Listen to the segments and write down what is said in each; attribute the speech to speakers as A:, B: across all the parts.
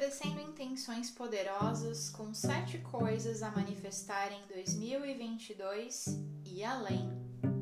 A: estabelecendo intenções poderosas com 7 coisas a manifestar em 2022 e além.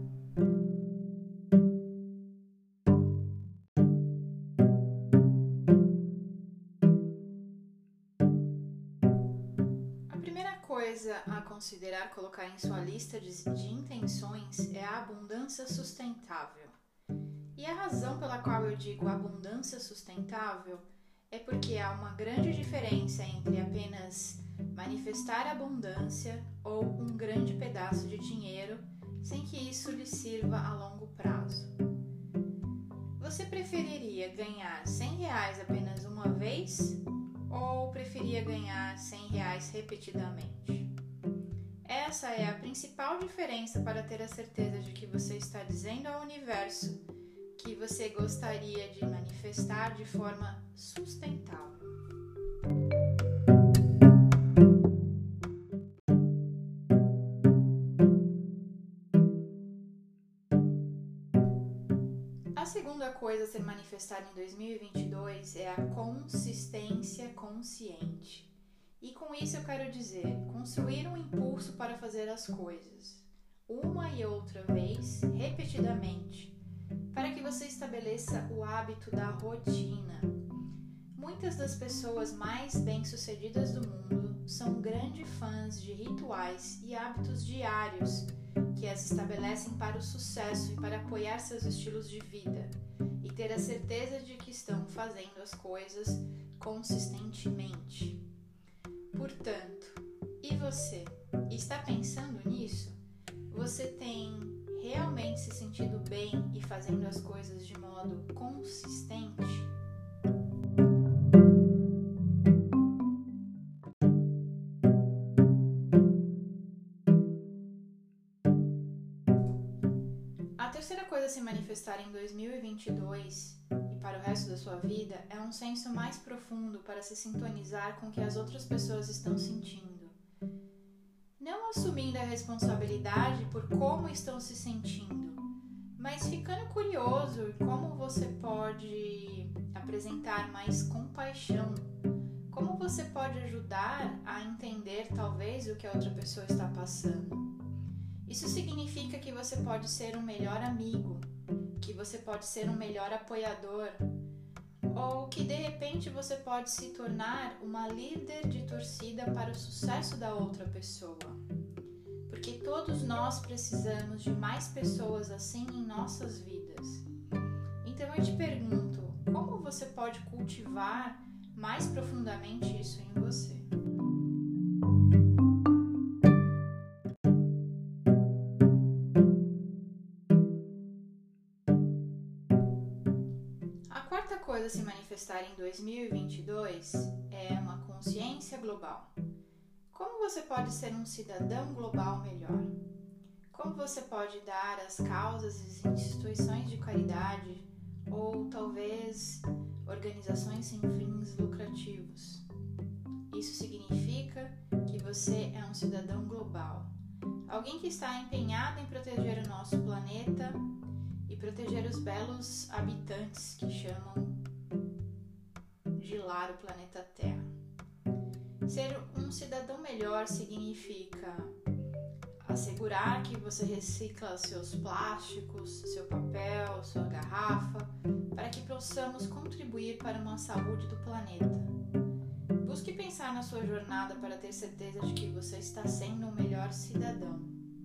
A: A primeira coisa a considerar colocar em sua lista de intenções é a abundância sustentável. E a razão pela qual eu digo abundância sustentável é porque há uma grande diferença entre apenas manifestar abundância ou um grande pedaço de dinheiro sem que isso lhe sirva a longo prazo. Você preferiria ganhar R$100 apenas uma vez ou preferia ganhar R$100 repetidamente? Essa é a principal diferença para ter a certeza de que você está dizendo ao universo que você gostaria de manifestar de forma sustentável. A segunda coisa a ser manifestada em 2022 é a consistência consciente. E com isso eu quero dizer, construir um impulso para fazer as coisas, uma e outra vez, repetidamente, para que você estabeleça o hábito da rotina. Muitas das pessoas mais bem-sucedidas do mundo são grandes fãs de rituais e hábitos diários que as estabelecem para o sucesso e para apoiar seus estilos de vida e ter a certeza de que estão fazendo as coisas consistentemente. Portanto, e você? Está pensando nisso? Você tem realmente se sentido bem e fazendo as coisas de modo consistente? A terceira coisa a se manifestar em 2022 e para o resto da sua vida é um senso mais profundo para se sintonizar com o que as outras pessoas estão sentindo. Não assumindo a responsabilidade por como estão se sentindo, mas ficando curioso em como você pode apresentar mais compaixão, como você pode ajudar a entender talvez o que a outra pessoa está passando. Isso significa que você pode ser um melhor amigo, que você pode ser um melhor apoiador, ou que de repente você pode se tornar uma líder de torcida para o sucesso da outra pessoa. Porque todos nós precisamos de mais pessoas assim em nossas vidas. Então eu te pergunto, como você pode cultivar mais profundamente isso em você? A quarta coisa a se manifestar em 2022 é uma consciência global. Como você pode ser um cidadão global melhor? Como você pode dar às causas e instituições de caridade ou talvez organizações sem fins lucrativos? Isso significa que você é um cidadão global, alguém que está empenhado em proteger o nosso planeta e proteger os belos habitantes que chamam de lar o planeta Terra. Ser um cidadão melhor significa assegurar que você recicla seus plásticos, seu papel, sua garrafa, para que possamos contribuir para uma saúde do planeta. Busque pensar na sua jornada para ter certeza de que você está sendo um melhor cidadão.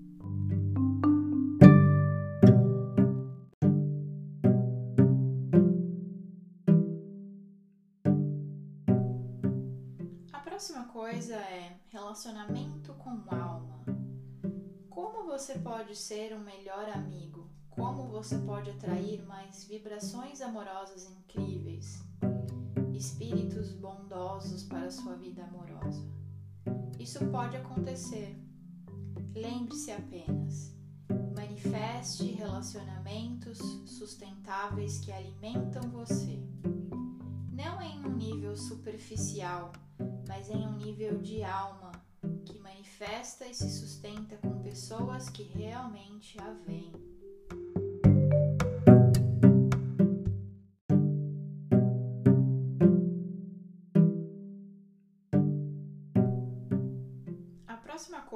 A: A próxima coisa é relacionamento com alma. Como você pode ser um melhor amigo? Como você pode atrair mais vibrações amorosas incríveis? Espíritos bondosos para a sua vida amorosa. Isso pode acontecer. Lembre-se apenas. Manifeste relacionamentos sustentáveis que alimentam você. Não em um nível superficial, mas em um nível de alma, que manifesta e se sustenta com pessoas que realmente a veem.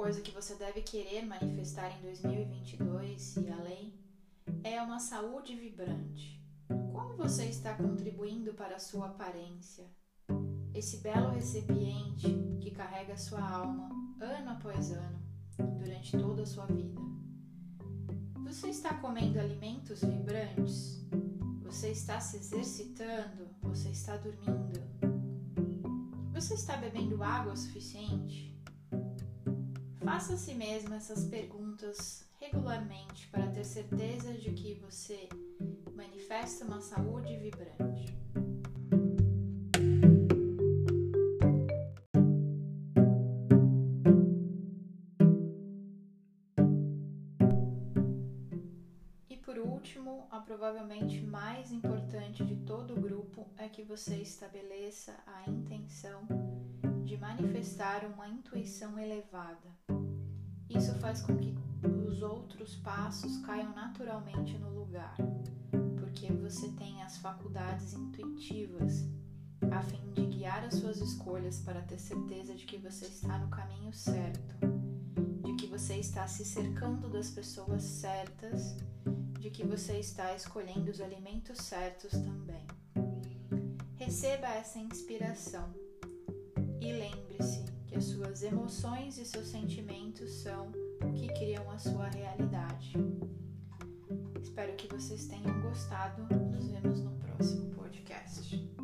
A: coisa que você deve querer manifestar em 2022 e além é uma saúde vibrante. Como você está contribuindo para a sua aparência? Esse belo recipiente que carrega a sua alma ano após ano, durante toda a sua vida. Você está comendo alimentos vibrantes? Você está se exercitando? Você está dormindo? Você está bebendo água o suficiente? Faça a si mesmo essas perguntas regularmente para ter certeza de que você manifesta uma saúde vibrante. E por último, a provavelmente mais importante de todo o grupo é que você estabeleça a intenção de manifestar uma intuição elevada. Isso faz com que os outros passos caiam naturalmente no lugar, porque você tem as faculdades intuitivas a fim de guiar as suas escolhas para ter certeza de que você está no caminho certo, de que você está se cercando das pessoas certas, de que você está escolhendo os alimentos certos também. Receba essa inspiração e lembre-se que as suas emoções e seus sentimentos são o que criam a sua realidade. Espero que vocês tenham gostado. Nos vemos no próximo podcast.